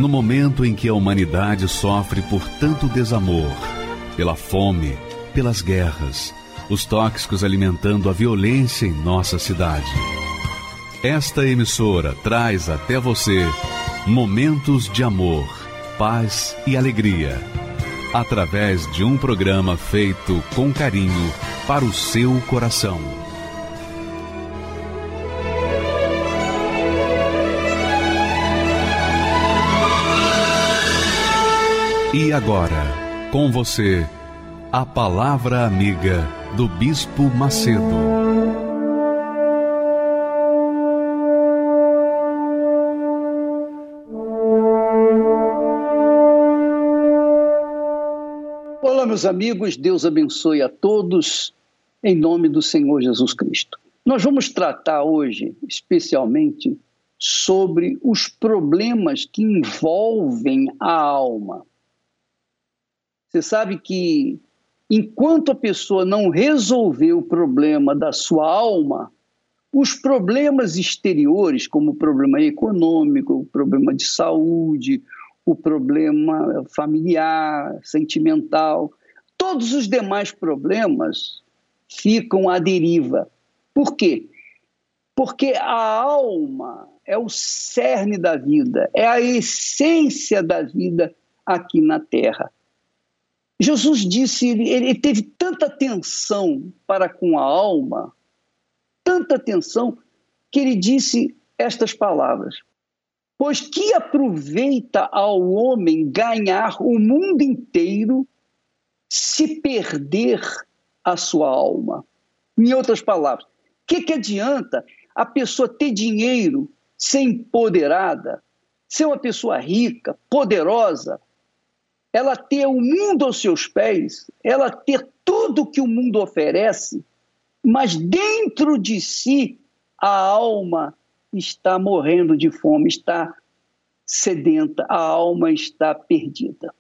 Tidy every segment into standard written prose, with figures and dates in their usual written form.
No momento em que a humanidade sofre por tanto desamor, pela fome, pelas guerras, os tóxicos alimentando a violência em nossa cidade. Esta emissora traz até você momentos de amor, paz e alegria, através de um programa feito com carinho para o seu coração. E agora, com você, a Palavra Amiga do Bispo Macedo. Olá, meus amigos, Deus abençoe a todos, em nome do Senhor Jesus Cristo. Nós vamos tratar hoje, especialmente, sobre os problemas que envolvem a alma. Você sabe que, enquanto a pessoa não resolver o problema da sua alma, os problemas exteriores, como o problema econômico, o problema de saúde, o problema familiar, sentimental, todos os demais problemas ficam à deriva. Por quê? Porque a alma é o cerne da vida, é a essência da vida aqui na Terra. Jesus disse, ele teve tanta atenção para com a alma, tanta atenção, que ele disse estas palavras: pois que aproveita ao homem ganhar o mundo inteiro se perder a sua alma? Em outras palavras, o que adianta a pessoa ter dinheiro, ser empoderada, ser uma pessoa rica, poderosa, ela ter o mundo aos seus pés, ela ter tudo que o mundo oferece, mas dentro de si a alma está morrendo de fome, está sedenta, a alma está perdida.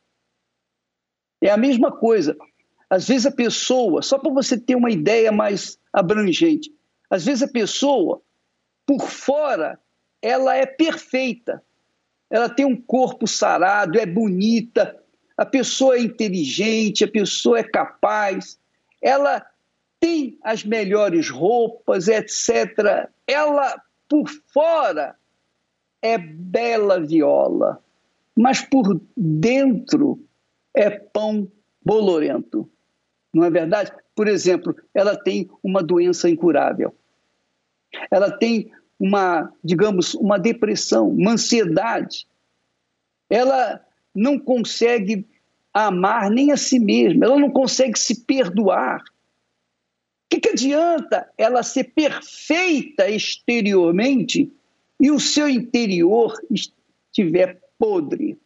É a mesma coisa. Às vezes a pessoa, só para você ter uma ideia mais abrangente, às vezes a pessoa, por fora, ela é perfeita. Ela tem um corpo sarado, é bonita, a pessoa é inteligente, a pessoa é capaz, ela tem as melhores roupas, etc. Ela, por fora, é bela viola, mas por dentro é pão bolorento. Não é verdade? Por exemplo, ela tem uma doença incurável. Ela tem uma depressão, uma ansiedade. Ela não consegue amar nem a si mesma, ela não consegue se perdoar. O que adianta ela ser perfeita exteriormente e o seu interior estiver podre?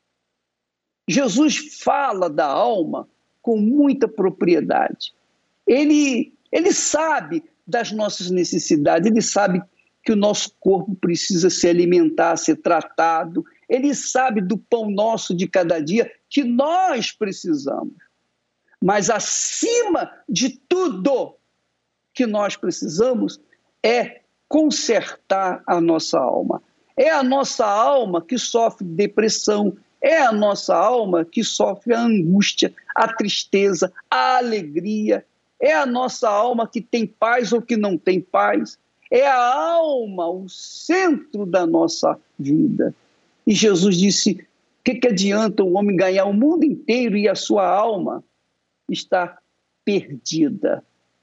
Jesus fala da alma com muita propriedade. Ele sabe das nossas necessidades, ele sabe que o nosso corpo precisa se alimentar, ser tratado. Ele sabe do pão nosso de cada dia que nós precisamos. Mas acima de tudo que nós precisamos é consertar a nossa alma. É a nossa alma que sofre depressão, é a nossa alma que sofre a angústia, a tristeza, a alegria. É a nossa alma que tem paz ou que não tem paz. É a alma o centro da nossa vida. E Jesus disse, o que adianta o homem ganhar o mundo inteiro e a sua alma está perdida?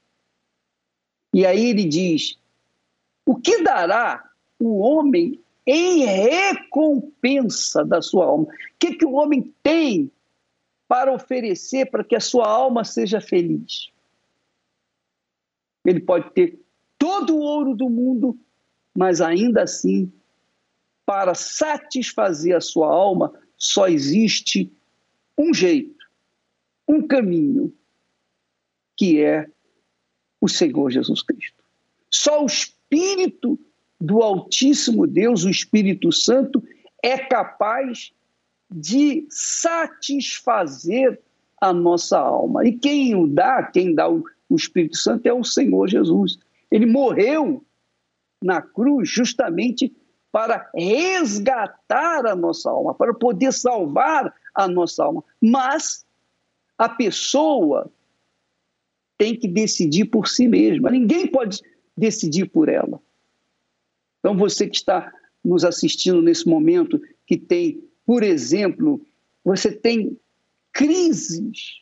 E aí ele diz, o que dará o homem em recompensa da sua alma? O que o homem tem para oferecer para que a sua alma seja feliz? Ele pode ter todo o ouro do mundo, mas ainda assim, para satisfazer a sua alma, só existe um jeito, um caminho, que é o Senhor Jesus Cristo. Só o Espírito do Altíssimo Deus, o Espírito Santo, é capaz de satisfazer a nossa alma. E quem dá o Espírito Santo é o Senhor Jesus. Ele morreu na cruz justamente para resgatar a nossa alma, para poder salvar a nossa alma. Mas a pessoa tem que decidir por si mesma. Ninguém pode decidir por ela. Então, você que está nos assistindo nesse momento, que tem, por exemplo, você tem crises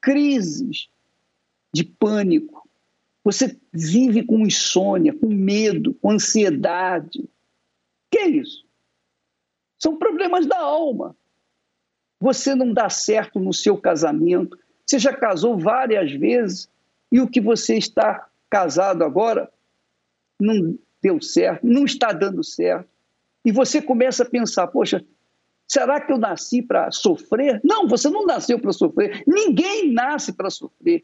de pânico. Você vive com insônia, com medo, com ansiedade. O que é isso? São problemas da alma. Você não dá certo no seu casamento. Você já casou várias vezes e o que você está casado agora não deu certo, não está dando certo. E você começa a pensar, poxa, será que eu nasci para sofrer? Não, você não nasceu para sofrer. Ninguém nasce para sofrer.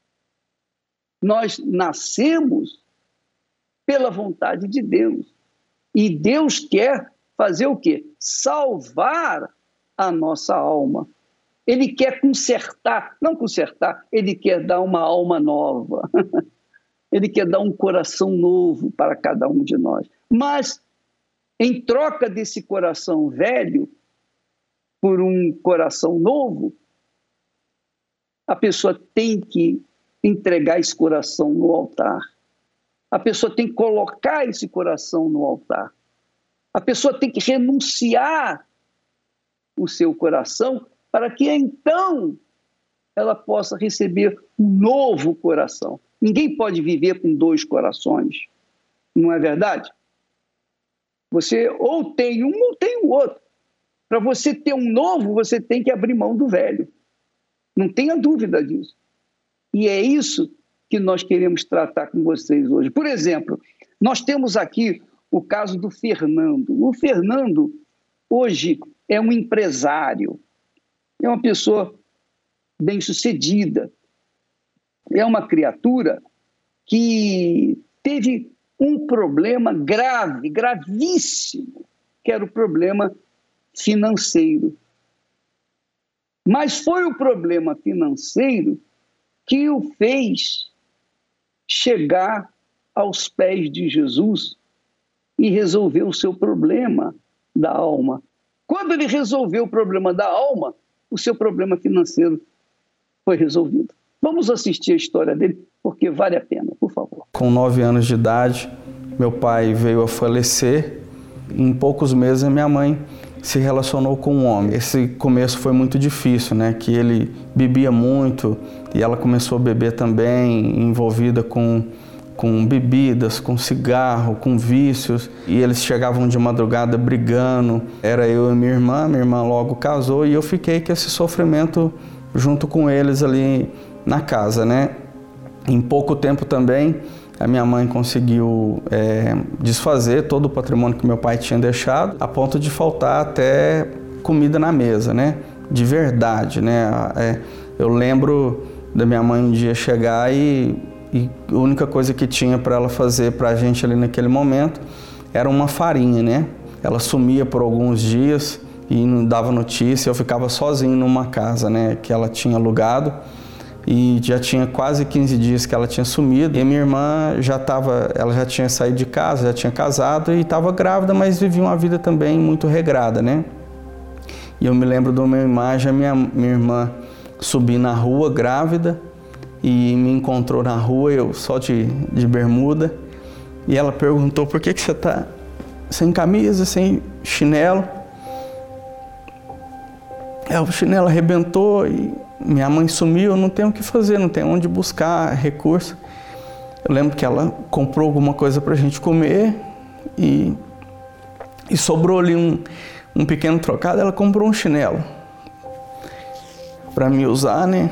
Nós nascemos pela vontade de Deus. E Deus quer fazer o quê? Salvar a nossa alma. Ele quer consertar, não consertar, ele quer dar uma alma nova. Ele quer dar um coração novo para cada um de nós. Mas, em troca desse coração velho, por um coração novo, a pessoa tem que entregar esse coração no altar. A pessoa tem que colocar esse coração no altar. A pessoa tem que renunciar o seu coração para que então ela possa receber um novo coração. Ninguém pode viver com dois corações, não é verdade? Você ou tem um ou tem o outro. Para você ter um novo, você tem que abrir mão do velho. Não tenha dúvida disso. E é isso que nós queremos tratar com vocês hoje. Por exemplo, nós temos aqui o caso do Fernando. O Fernando, hoje, é um empresário, é uma pessoa bem-sucedida, é uma criatura que teve um problema grave, gravíssimo, que era o problema financeiro. Mas foi o problema financeiro que o fez chegar aos pés de Jesus e resolver o seu problema da alma. Quando ele resolveu o problema da alma, o seu problema financeiro foi resolvido. Vamos assistir a história dele, porque vale a pena, por favor. Com 9 anos de idade, meu pai veio a falecer. Em poucos meses, a minha mãe se relacionou com um homem. Esse começo foi muito difícil, né? Que ele bebia muito e ela começou a beber também, envolvida com bebidas, com cigarro, com vícios. E eles chegavam de madrugada brigando. Era eu e minha irmã logo casou e eu fiquei com esse sofrimento junto com eles ali na casa, né? Em pouco tempo também, a minha mãe conseguiu desfazer todo o patrimônio que meu pai tinha deixado, a ponto de faltar até comida na mesa, né? De verdade, né? Eu lembro da minha mãe um dia chegar e a única coisa que tinha para ela fazer para a gente ali naquele momento era uma farinha, né? Ela sumia por alguns dias e não dava notícia, eu ficava sozinho numa casa, né? Que ela tinha alugado. E já tinha quase 15 dias que ela tinha sumido. E minha irmã ela já tinha saído de casa, já tinha casado e estava grávida, mas vivia uma vida também muito regrada, né? E eu me lembro de uma imagem, a minha irmã subir na rua grávida e me encontrou na rua, eu só de bermuda. E ela perguntou, por que você está sem camisa, sem chinelo? O chinelo arrebentou e minha mãe sumiu, eu não tenho o que fazer, não tenho onde buscar recurso. Eu lembro que ela comprou alguma coisa para a gente comer e sobrou ali um pequeno trocado, ela comprou um chinelo para me usar, né?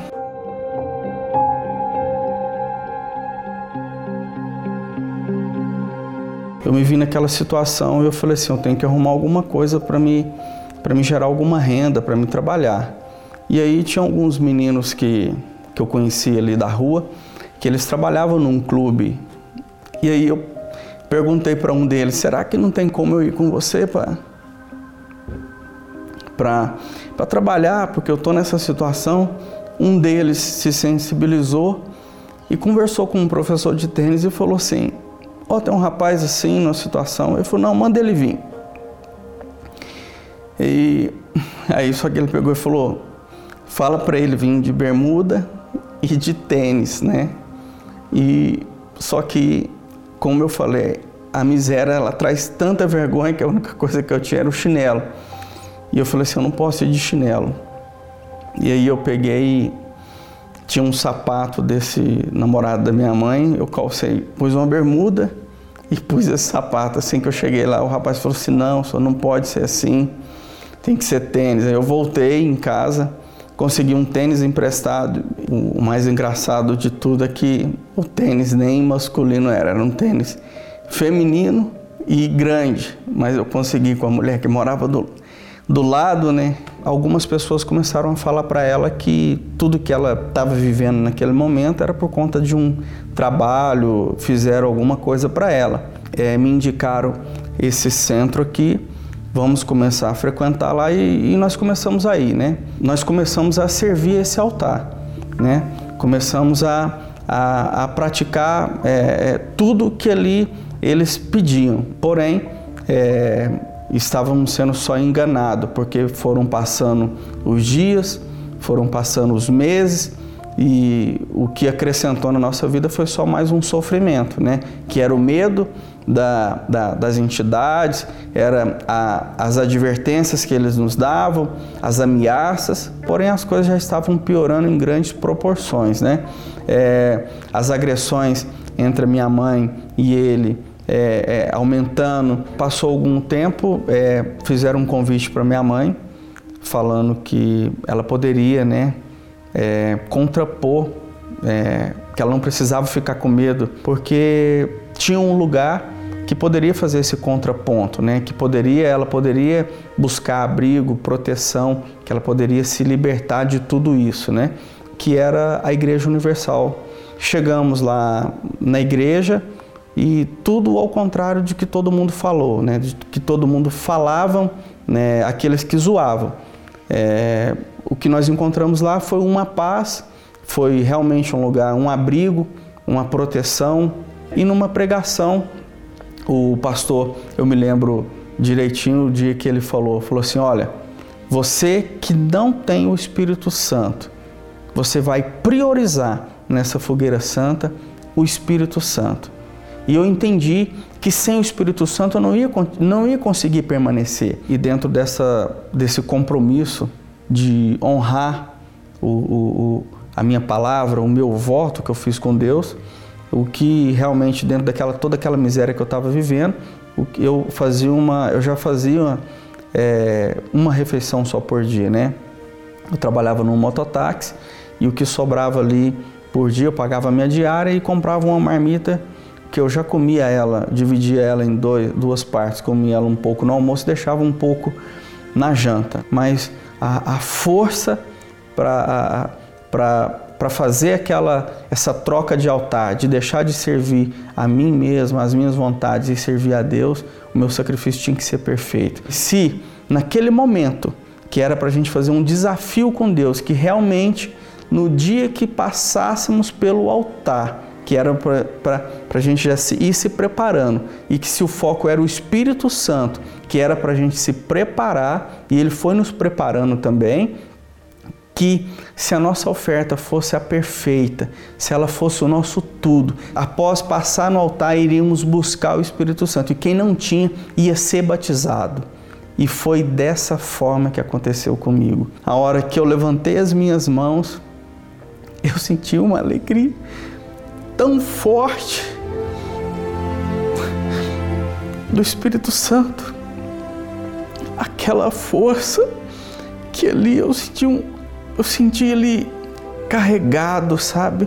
Eu me vi naquela situação e eu falei assim, eu tenho que arrumar alguma coisa para me gerar alguma renda, para me trabalhar. E aí tinha alguns meninos que eu conhecia ali da rua, que eles trabalhavam num clube. E aí eu perguntei para um deles, será que não tem como eu ir com você para trabalhar, porque eu estou nessa situação? Um deles se sensibilizou e conversou com um professor de tênis e falou assim, tem um rapaz assim na situação. Ele falou, não, manda ele vir. E aí só que ele pegou e falou, fala para ele vir de bermuda e de tênis, né? E só que, como eu falei, a miséria, ela traz tanta vergonha que a única coisa que eu tinha era o chinelo. E eu falei assim, eu não posso ir de chinelo. E aí eu peguei, tinha um sapato desse namorado da minha mãe, eu calcei, pus uma bermuda e pus esse sapato. Assim que eu cheguei lá, o rapaz falou assim, não, só não pode ser assim, tem que ser tênis. Aí eu voltei em casa, consegui um tênis emprestado. O mais engraçado de tudo é que o tênis nem masculino era um tênis feminino e grande, mas eu consegui com a mulher que morava do lado, né? Algumas pessoas começaram a falar para ela que tudo que ela estava vivendo naquele momento era por conta de um trabalho, fizeram alguma coisa para ela. Me indicaram esse centro aqui, vamos começar a frequentar lá e nós começamos aí, né? Nós começamos a servir esse altar, né? Começamos a praticar tudo que ali eles pediam, porém estávamos sendo só enganados, porque foram passando os dias, foram passando os meses e o que acrescentou na nossa vida foi só mais um sofrimento, né? Que era o medo das entidades, era as advertências que eles nos davam, as ameaças, porém as coisas já estavam piorando em grandes proporções, né? As agressões entre a minha mãe e ele aumentando. Passou algum tempo, fizeram um convite para minha mãe, falando que ela poderia, né, contrapor, que ela não precisava ficar com medo, porque tinha um lugar que poderia fazer esse contraponto, né, que ela poderia buscar abrigo, proteção, que ela poderia se libertar de tudo isso, né, que era a Igreja Universal. Chegamos lá na igreja, e tudo ao contrário de que todo mundo falou, né? De que todo mundo falavam, né? Aqueles que zoavam. O que nós encontramos lá foi uma paz, foi realmente um lugar, um abrigo, uma proteção. E numa pregação, o pastor, eu me lembro direitinho o dia que ele falou assim, olha, você que não tem o Espírito Santo, você vai priorizar nessa fogueira santa o Espírito Santo. E eu entendi que sem o Espírito Santo eu não ia conseguir permanecer. E dentro desse compromisso de honrar a minha palavra, o meu voto que eu fiz com Deus, o que realmente dentro toda aquela miséria que eu estava vivendo, eu já fazia uma refeição só por dia, né? Eu trabalhava num mototáxi e o que sobrava ali por dia eu pagava a minha diária e comprava uma marmita que eu já comia ela, dividia ela em duas partes, comia ela um pouco no almoço e deixava um pouco na janta. Mas a força para fazer essa troca de altar, de deixar de servir a mim mesmo, as minhas vontades e servir a Deus, o meu sacrifício tinha que ser perfeito. Se naquele momento, que era para a gente fazer um desafio com Deus, que realmente no dia que passássemos pelo altar, que era para a gente já ir se preparando, e que se o foco era o Espírito Santo, que era para a gente se preparar, e Ele foi nos preparando também, que se a nossa oferta fosse a perfeita, se ela fosse o nosso tudo, após passar no altar iríamos buscar o Espírito Santo, e quem não tinha ia ser batizado. E foi dessa forma que aconteceu comigo. A hora que eu levantei as minhas mãos, eu senti uma alegria tão forte do Espírito Santo, aquela força que ali eu senti ele carregado, sabe?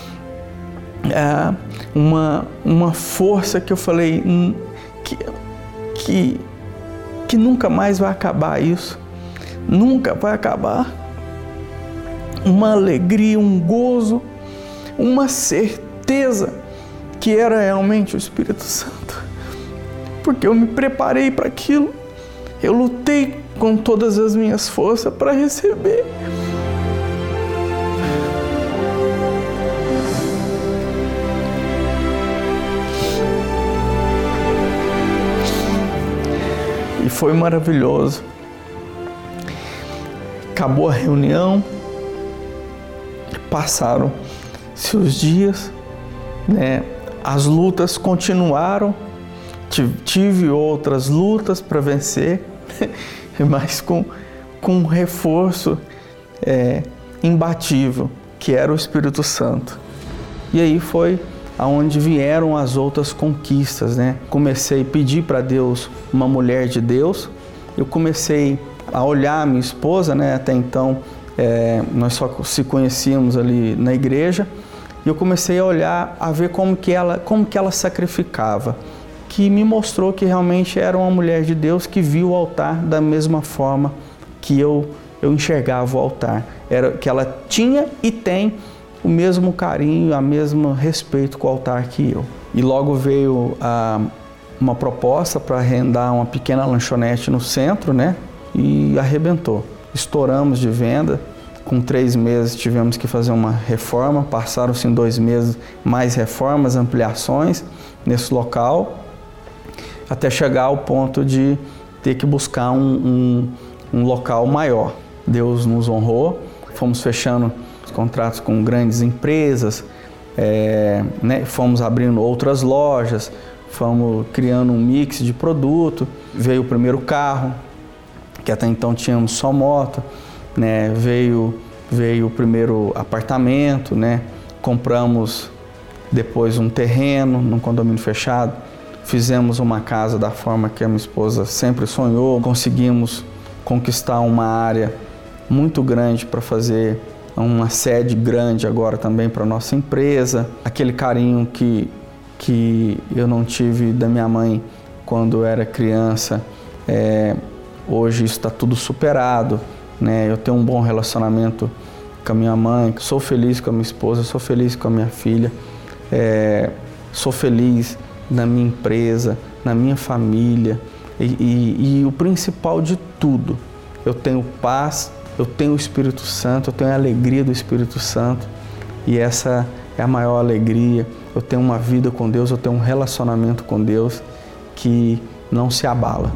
Uma força que eu falei que nunca mais vai acabar isso, nunca vai acabar. Uma alegria, um gozo, uma certeza que era realmente o Espírito Santo, porque eu me preparei para aquilo, eu lutei com todas as minhas forças para receber. E foi maravilhoso, Acabou a reunião, passaram-se os dias, né? As lutas continuaram, tive outras lutas para vencer, mas com um reforço imbatível, que era o Espírito Santo. E aí foi aonde vieram as outras conquistas, né? Comecei a pedir para Deus uma mulher de Deus, eu comecei a olhar a minha esposa, né? Até então nós só se conhecíamos ali na igreja, e eu comecei a olhar, a ver como que ela sacrificava, que me mostrou que realmente era uma mulher de Deus que viu o altar da mesma forma que eu enxergava o altar. Era que ela tinha e tem o mesmo carinho, o mesmo respeito com o altar que eu. E logo veio uma proposta para arrendar uma pequena lanchonete no centro, né? E arrebentou. Estouramos de venda. Com 3 meses tivemos que fazer uma reforma. Passaram-se em 2 meses mais reformas, ampliações nesse local, até chegar ao ponto de ter que buscar um local maior. Deus nos honrou, fomos fechando contratos com grandes empresas, né? Fomos abrindo outras lojas, fomos criando um mix de produto. Veio o primeiro carro, que até então tínhamos só moto, né? Veio o primeiro apartamento, né? Compramos depois um terreno num condomínio fechado, fizemos uma casa da forma que a minha esposa sempre sonhou, conseguimos conquistar uma área muito grande para fazer uma sede grande agora também para a nossa empresa. Aquele carinho que eu não tive da minha mãe quando eu era criança, hoje isso está tudo superado, né? Eu tenho um bom relacionamento com a minha mãe, sou feliz com a minha esposa, sou feliz com a minha filha, sou feliz na minha empresa, na minha família e o principal de tudo, eu tenho paz, eu tenho o Espírito Santo, eu tenho a alegria do Espírito Santo, e essa é a maior alegria. Eu tenho uma vida com Deus, eu tenho um relacionamento com Deus que não se abala.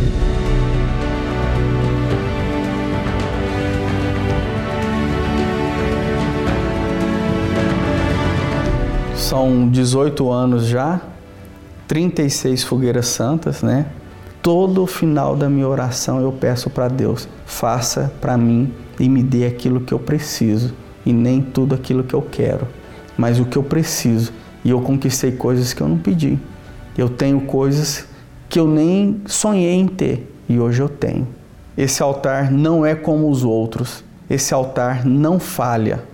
São 18 anos já, 36 fogueiras santas, né? Todo final da minha oração eu peço para Deus, faça para mim e me dê aquilo que eu preciso, e nem tudo aquilo que eu quero, mas o que eu preciso. E eu conquistei coisas que eu não pedi. Eu tenho coisas que eu nem sonhei em ter, e hoje eu tenho. Esse altar não é como os outros, esse altar não falha.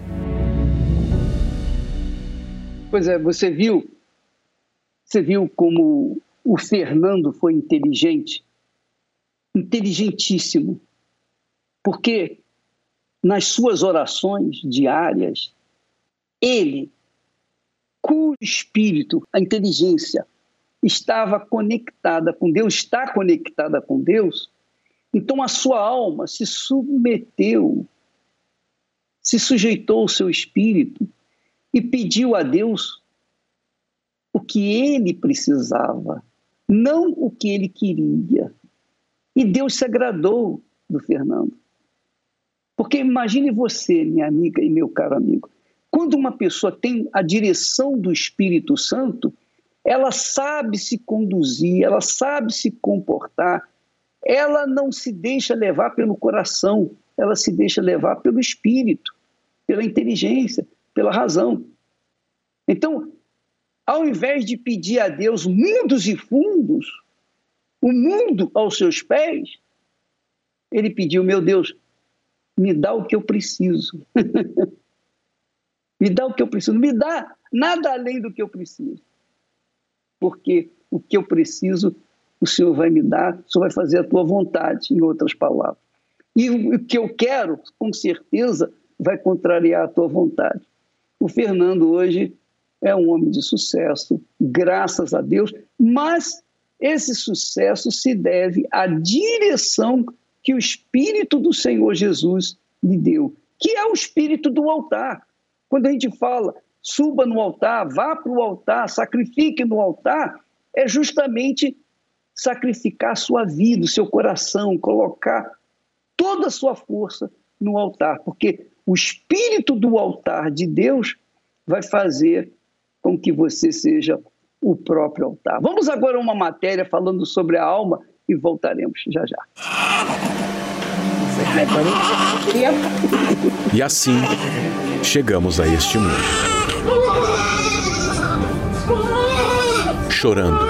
Pois é, você viu como o Fernando foi inteligente, inteligentíssimo, porque nas suas orações diárias, ele, cujo espírito, a inteligência, estava conectada com Deus, está conectada com Deus, então a sua alma se submeteu, se sujeitou ao seu espírito e pediu a Deus o que ele precisava, não o que ele queria. E Deus se agradou do Fernando. Porque imagine você, minha amiga e meu caro amigo, quando uma pessoa tem a direção do Espírito Santo, ela sabe se conduzir, ela sabe se comportar, ela não se deixa levar pelo coração, ela se deixa levar pelo Espírito, pela inteligência, pela razão. Então, ao invés de pedir a Deus mundos e fundos, o mundo aos seus pés, ele pediu: meu Deus, me dá o que eu preciso. Me dá o que eu preciso, me dá nada além do que eu preciso. Porque o que eu preciso, o Senhor vai me dar, o Senhor vai fazer a tua vontade, em outras palavras. E o que eu quero, com certeza, vai contrariar a tua vontade. O Fernando hoje é um homem de sucesso, graças a Deus, mas esse sucesso se deve à direção que o Espírito do Senhor Jesus lhe deu, que é o espírito do altar. Quando a gente fala, suba no altar, vá para o altar, sacrifique no altar, é justamente sacrificar a sua vida, o seu coração, colocar toda a sua força no altar, porque o espírito do altar de Deus vai fazer com que você seja o próprio altar. Vamos agora a uma matéria falando sobre a alma e voltaremos já já. E assim, chegamos a este mundo. Chorando.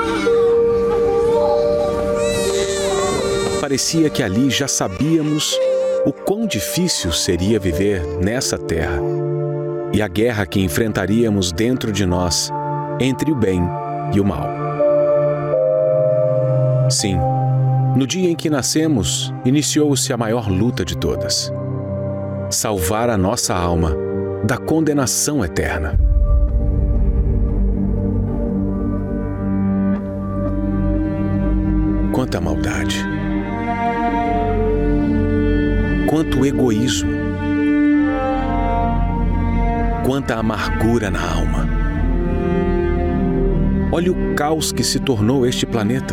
Parecia que ali já sabíamos o quão difícil seria viver nessa terra e a guerra que enfrentaríamos dentro de nós entre o bem e o mal. Sim, no dia em que nascemos, iniciou-se a maior luta de todas: salvar a nossa alma da condenação eterna. Quanta maldade! Quanto egoísmo! Quanta amargura na alma! Olha o caos que se tornou este planeta.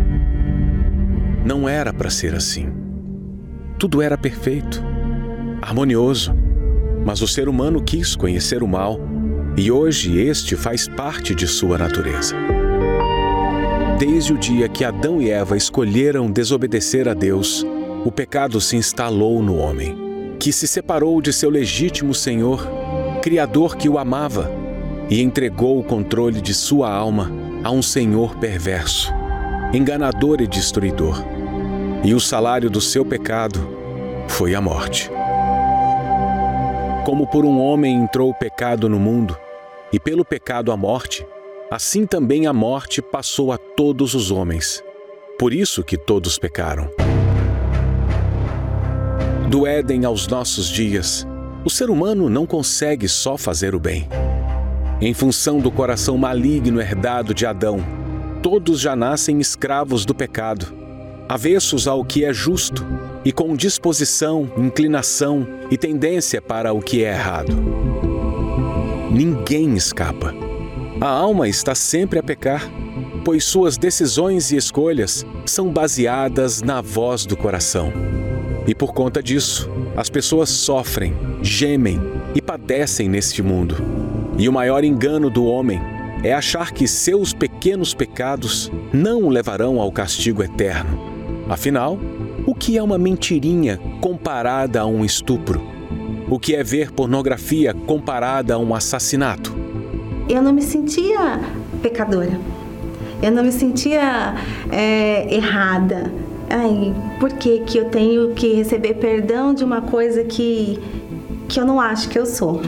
Não era para ser assim. Tudo era perfeito, harmonioso, mas o ser humano quis conhecer o mal e hoje este faz parte de sua natureza. Desde o dia que Adão e Eva escolheram desobedecer a Deus, o pecado se instalou no homem, que se separou de seu legítimo Senhor, Criador que o amava, e entregou o controle de sua alma a um Senhor perverso, enganador e destruidor. E o salário do seu pecado foi a morte. Como por um homem entrou o pecado no mundo, e pelo pecado a morte, assim também a morte passou a todos os homens. Por isso que todos pecaram. Do Éden aos nossos dias, o ser humano não consegue só fazer o bem. Em função do coração maligno herdado de Adão, todos já nascem escravos do pecado, avessos ao que é justo e com disposição, inclinação e tendência para o que é errado. Ninguém escapa. A alma está sempre a pecar, pois suas decisões e escolhas são baseadas na voz do coração. E por conta disso, as pessoas sofrem, gemem e padecem neste mundo. E o maior engano do homem é achar que seus pequenos pecados não o levarão ao castigo eterno. Afinal, o que é uma mentirinha comparada a um estupro? O que é ver pornografia comparada a um assassinato? Eu não me sentia pecadora. Eu não me sentia errada. Ai, por que que eu tenho que receber perdão de uma coisa que eu não acho que eu sou?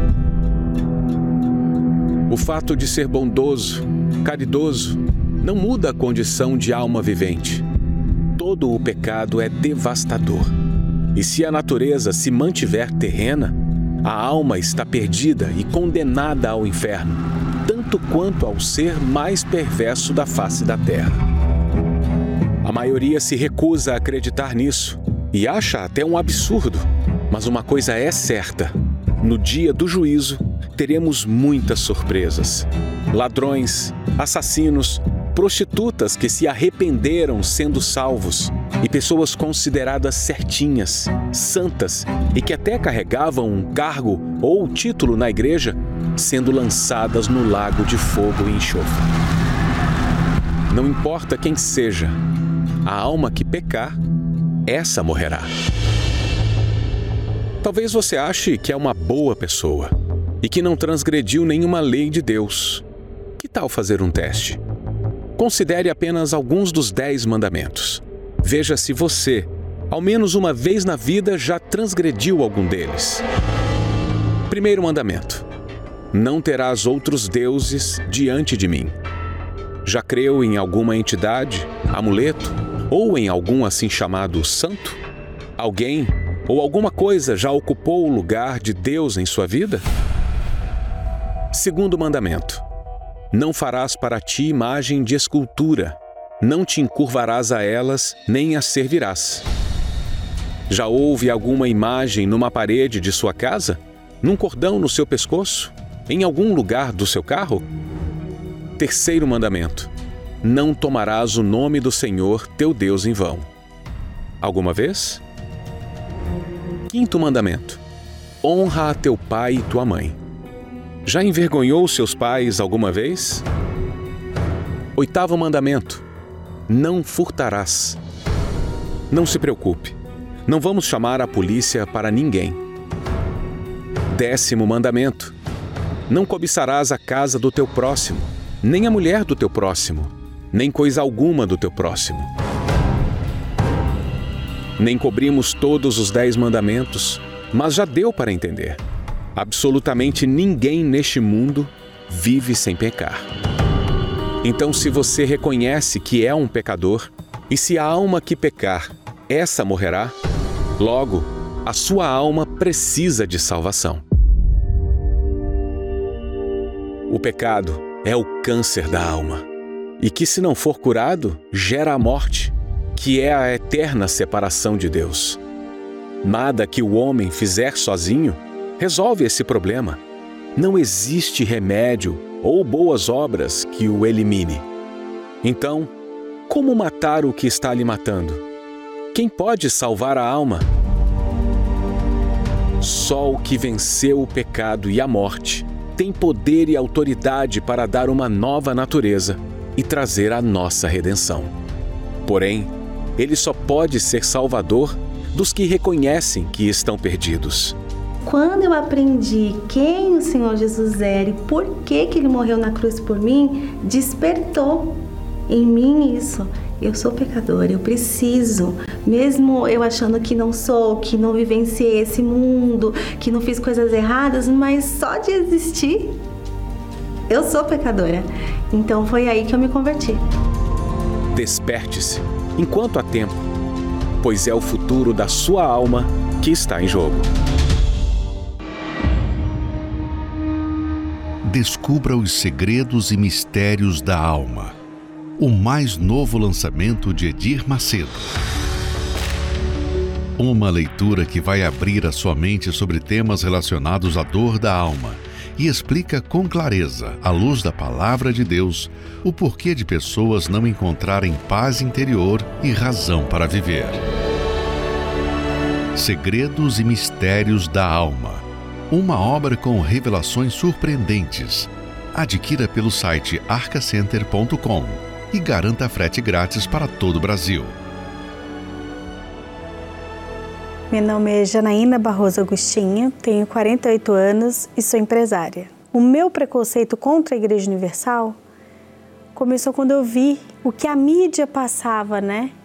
O fato de ser bondoso, caridoso, não muda a condição de alma vivente. Todo o pecado é devastador. E se a natureza se mantiver terrena, a alma está perdida e condenada ao inferno, tanto quanto ao ser mais perverso da face da terra. A maioria se recusa a acreditar nisso e acha até um absurdo. Mas uma coisa é certa: no dia do juízo, teremos muitas surpresas. Ladrões, assassinos, prostitutas que se arrependeram sendo salvos e pessoas consideradas certinhas, santas e que até carregavam um cargo ou título na igreja, sendo lançadas no lago de fogo e enxofre. Não importa quem seja, a alma que pecar, essa morrerá. Talvez você ache que é uma boa pessoa e que não transgrediu nenhuma lei de Deus. Que tal fazer um teste? Considere apenas alguns dos 10 mandamentos. Veja se você, ao menos uma vez na vida, já transgrediu algum deles. Primeiro mandamento: não terás outros deuses diante de mim. Já creu em alguma entidade, amuleto, ou em algum assim chamado santo? Alguém ou alguma coisa já ocupou o lugar de Deus em sua vida? Segundo mandamento: não farás para ti imagem de escultura, não te encurvarás a elas, nem as servirás. Já houve alguma imagem numa parede de sua casa? Num cordão no seu pescoço? Em algum lugar do seu carro? Terceiro mandamento: não tomarás o nome do Senhor teu Deus em vão. Alguma vez? 5º mandamento: honra a teu pai e tua mãe. Já envergonhou seus pais alguma vez? 8º mandamento: não furtarás. Não se preocupe, não vamos chamar a polícia para ninguém. 10º mandamento: não cobiçarás a casa do teu próximo, nem a mulher do teu próximo, nem coisa alguma do teu próximo. Nem cobrimos todos os 10 mandamentos, mas já deu para entender. Absolutamente ninguém neste mundo vive sem pecar. Então, se você reconhece que é um pecador, e se a alma que pecar, essa morrerá, logo, a sua alma precisa de salvação. O pecado é o câncer da alma, e que, se não for curado, gera a morte, que é a eterna separação de Deus. Nada que o homem fizer sozinho resolve esse problema. Não existe remédio ou boas obras que o elimine. Então, como matar o que está lhe matando? Quem pode salvar a alma? Só o que venceu o pecado e a morte tem poder e autoridade para dar uma nova natureza e trazer a nossa redenção. Porém, ele só pode ser salvador dos que reconhecem que estão perdidos. Quando eu aprendi quem o Senhor Jesus era e por que Ele morreu na cruz por mim, despertou em mim isso. Eu sou pecadora, eu preciso, mesmo eu achando que não sou, que não vivenciei esse mundo, que não fiz coisas erradas, mas só de existir, eu sou pecadora. Então foi aí que eu me converti. Desperte-se enquanto há tempo, pois é o futuro da sua alma que está em jogo. Descubra os segredos e mistérios da alma. O mais novo lançamento de Edir Macedo. Uma leitura que vai abrir a sua mente sobre temas relacionados à dor da alma e explica com clareza, à luz da Palavra de Deus, o porquê de pessoas não encontrarem paz interior e razão para viver. Segredos e Mistérios da Alma. Uma obra com revelações surpreendentes. Adquira pelo site arcacenter.com e garanta frete grátis para todo o Brasil. Meu nome é Janaína Barroso Agostinho, tenho 48 anos e sou empresária. O meu preconceito contra a Igreja Universal começou quando eu vi o que a mídia passava,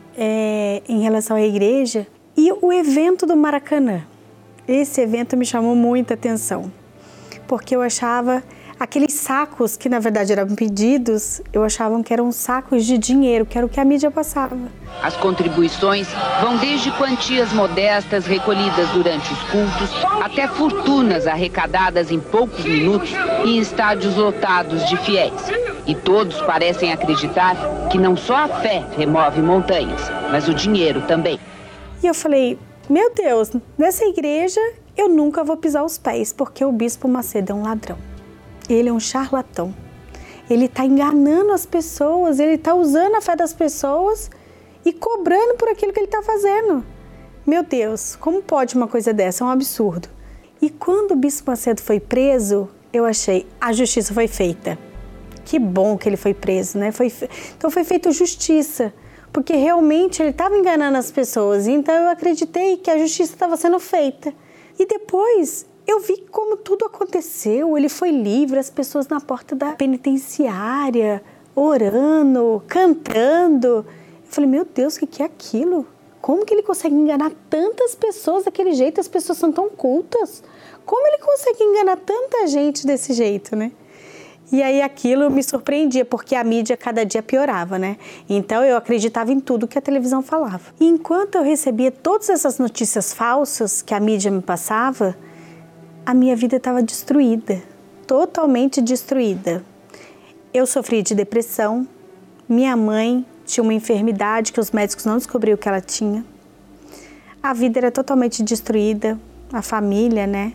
em relação à igreja e o evento do Maracanã. Esse evento me chamou muita atenção, porque eu achava aqueles sacos que na verdade eram pedidos, eu achava que eram sacos de dinheiro, que era o que a mídia passava. As contribuições vão desde quantias modestas recolhidas durante os cultos, até fortunas arrecadadas em poucos minutos em estádios lotados de fiéis. E todos parecem acreditar que não só a fé remove montanhas, mas o dinheiro também. E eu falei, meu Deus, nessa igreja eu nunca vou pisar os pés, porque o Bispo Macedo é um ladrão. Ele é um charlatão. Ele está enganando as pessoas, ele está usando a fé das pessoas e cobrando por aquilo que ele está fazendo. Meu Deus, como pode uma coisa dessa? É um absurdo. E quando o Bispo Macedo foi preso, eu achei, a justiça foi feita. Que bom que ele foi preso, né? Então foi feita justiça, porque realmente ele estava enganando as pessoas. Então eu acreditei que a justiça estava sendo feita. E depois eu vi como tudo aconteceu, ele foi livre, as pessoas na porta da penitenciária, orando, cantando. Eu falei, meu Deus, o que é aquilo? Como que ele consegue enganar tantas pessoas daquele jeito? As pessoas são tão cultas. Como ele consegue enganar tanta gente desse jeito, né? E aí aquilo me surpreendia, porque a mídia cada dia piorava, né? Então eu acreditava em tudo que a televisão falava. E enquanto eu recebia todas essas notícias falsas que a mídia me passava, a minha vida estava destruída, totalmente destruída. Eu sofri de depressão, minha mãe tinha uma enfermidade que os médicos não descobriram que ela tinha. A vida era totalmente destruída, a família, né?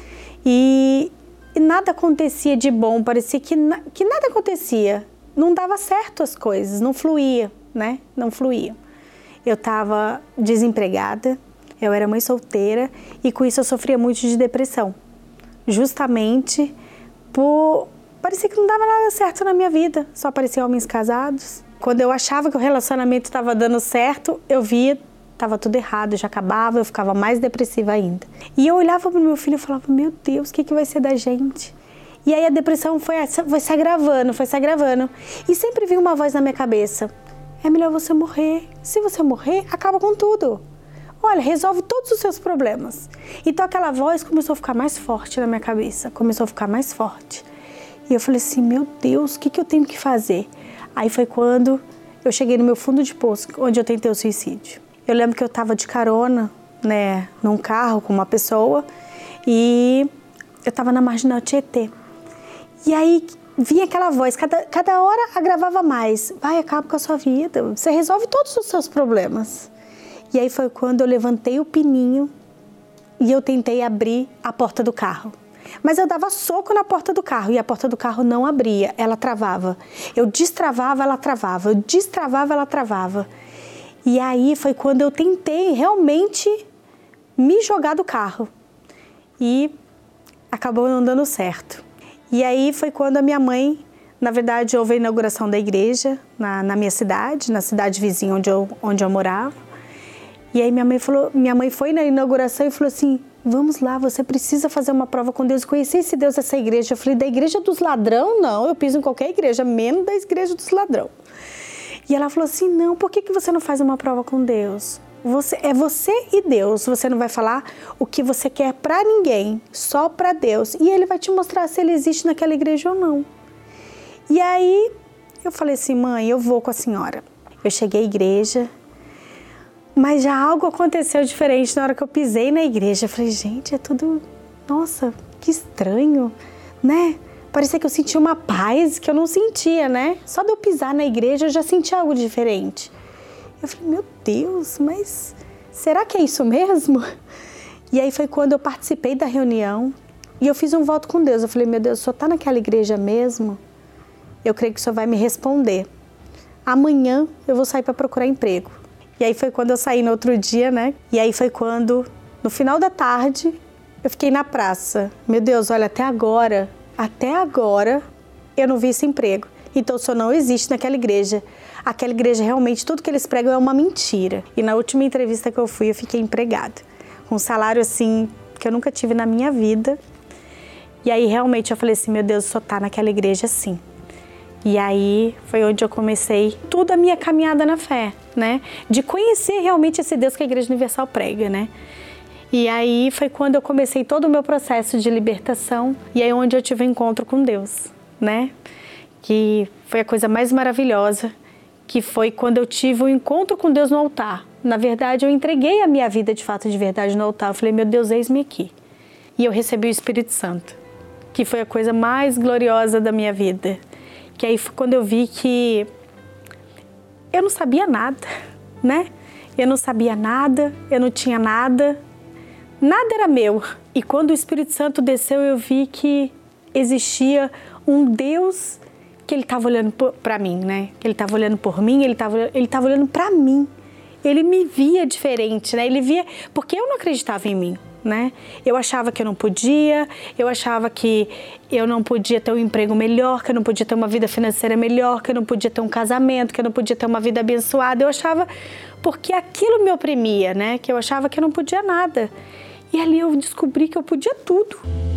E nada acontecia de bom, parecia que nada acontecia. Não dava certo as coisas, não fluía, né? Não fluía. Eu estava desempregada, Eu era mãe solteira e com isso eu sofria muito de depressão. Justamente por... parecia que não dava nada certo na minha vida, só apareciam homens casados. Quando eu achava que o relacionamento estava dando certo, eu via, estava tudo errado, já acabava, eu ficava mais depressiva ainda. E eu olhava para o meu filho e falava, meu Deus, o que vai ser da gente? E aí a depressão foi se agravando. E sempre vinha uma voz na minha cabeça, é melhor você morrer. Se você morrer, acaba com tudo. Olha, resolve todos os seus problemas. Então aquela voz começou a ficar mais forte na minha cabeça, começou a ficar mais forte. E eu falei assim, meu Deus, o que eu tenho que fazer? Aí foi quando eu cheguei no meu fundo de poço, onde eu tentei o suicídio. Eu lembro que eu estava de carona, né, num carro com uma pessoa e eu estava na Marginal Tietê. E aí vinha aquela voz, cada hora agravava mais. Vai, acaba com a sua vida, você resolve todos os seus problemas. E aí foi quando eu levantei o pininho e eu tentei abrir a porta do carro. Mas eu dava soco na porta do carro e a porta do carro não abria, ela travava. Eu destravava, ela travava, eu destravava, ela travava. E aí foi quando eu tentei realmente me jogar do carro. E acabou não dando certo. E aí foi quando a minha mãe, na verdade, houve a inauguração da igreja na minha cidade, na cidade vizinha onde eu morava. E aí minha mãe foi na inauguração e falou assim, vamos lá, você precisa fazer uma prova com Deus, conhecer esse Deus dessa igreja. Eu falei, da igreja dos ladrão? Não, eu piso em qualquer igreja, menos da igreja dos ladrão. E ela falou assim, não, por que você não faz uma prova com Deus? É você e Deus, você não vai falar o que você quer pra ninguém, só pra Deus. E Ele vai te mostrar se Ele existe naquela igreja ou não. E aí eu falei assim, mãe, eu vou com a senhora. Eu cheguei à igreja, mas já algo aconteceu diferente na hora que eu pisei na igreja. Eu falei, gente, é tudo, nossa, que estranho, né? Parecia que eu sentia uma paz que eu não sentia, né? Só de eu pisar na igreja eu já senti algo diferente. Eu falei, meu Deus, mas será que é isso mesmo? E aí foi quando eu participei da reunião e eu fiz um voto com Deus. Eu falei, meu Deus, o senhor está naquela igreja mesmo? Eu creio que o senhor vai me responder. Amanhã eu vou sair para procurar emprego. E aí foi quando eu saí no outro dia, né? E aí foi quando, no final da tarde, eu fiquei na praça. Meu Deus, olha, até agora eu não vi esse emprego. Então o senhor não existe naquela igreja. Aquela igreja realmente, tudo que eles pregam é uma mentira. E na última entrevista que eu fui, eu fiquei empregada. Com um salário assim, que eu nunca tive na minha vida. E aí realmente eu falei assim, meu Deus, o senhor tá naquela igreja sim. E aí foi onde eu comecei toda a minha caminhada na fé, né? De conhecer realmente esse Deus que a Igreja Universal prega, né? E aí foi quando eu comecei todo o meu processo de libertação. E aí onde eu tive um encontro com Deus, né? Que foi a coisa mais maravilhosa, que foi quando eu tive um encontro com Deus no altar. Na verdade, eu entreguei a minha vida de fato, de verdade, no altar. Eu falei, meu Deus, eis-me aqui. E eu recebi o Espírito Santo, que foi a coisa mais gloriosa da minha vida. Que aí foi quando eu vi que eu não sabia nada, né? Eu não sabia nada, eu não tinha nada, nada era meu. E quando o Espírito Santo desceu, eu vi que existia um Deus que Ele estava olhando para mim, né? Que Ele estava olhando por mim, Ele estava olhando para mim. Ele me via diferente, né? Ele via, porque eu não acreditava em mim, né? Eu achava que eu não podia, eu achava que eu não podia ter um emprego melhor, que eu não podia ter uma vida financeira melhor, que eu não podia ter um casamento, que eu não podia ter uma vida abençoada. Eu achava, porque aquilo me oprimia, né? Que eu achava que eu não podia nada. E ali eu descobri que eu podia tudo.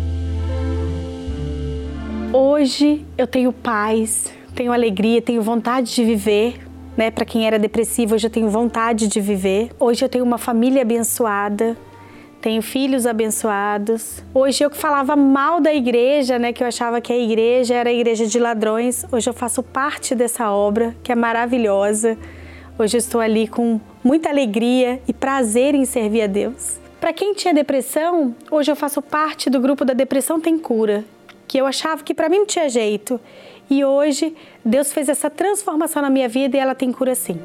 Hoje eu tenho paz, tenho alegria, tenho vontade de viver, né? Para quem era depressivo, hoje eu tenho vontade de viver. Hoje eu tenho uma família abençoada, tenho filhos abençoados. Hoje eu que falava mal da igreja, né? Que eu achava que a igreja era a igreja de ladrões. Hoje eu faço parte dessa obra, que é maravilhosa. Hoje eu estou ali com muita alegria e prazer em servir a Deus. Para quem tinha depressão, hoje eu faço parte do grupo da Depressão Tem Cura, que eu achava que para mim não tinha jeito. E hoje Deus fez essa transformação na minha vida e ela tem cura sim.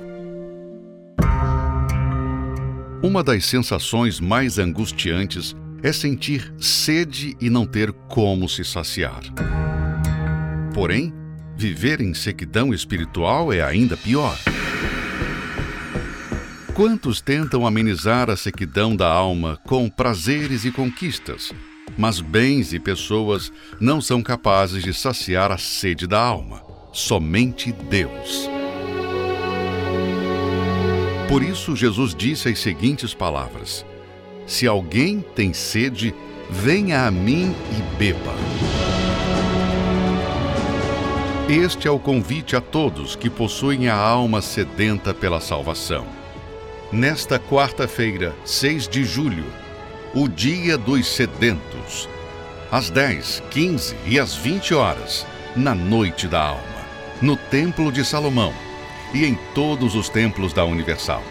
Uma das sensações mais angustiantes é sentir sede e não ter como se saciar. Porém, viver em sequidão espiritual é ainda pior. Quantos tentam amenizar a sequidão da alma com prazeres e conquistas, mas bens e pessoas não são capazes de saciar a sede da alma. Somente Deus. Por isso, Jesus disse as seguintes palavras: se alguém tem sede, venha a mim e beba. Este é o convite a todos que possuem a alma sedenta pela salvação. Nesta quarta-feira, 6 de julho, o Dia dos Sedentos, às 10, 15 e às 20 horas, na Noite da Alma, no Templo de Salomão e em todos os templos da Universal.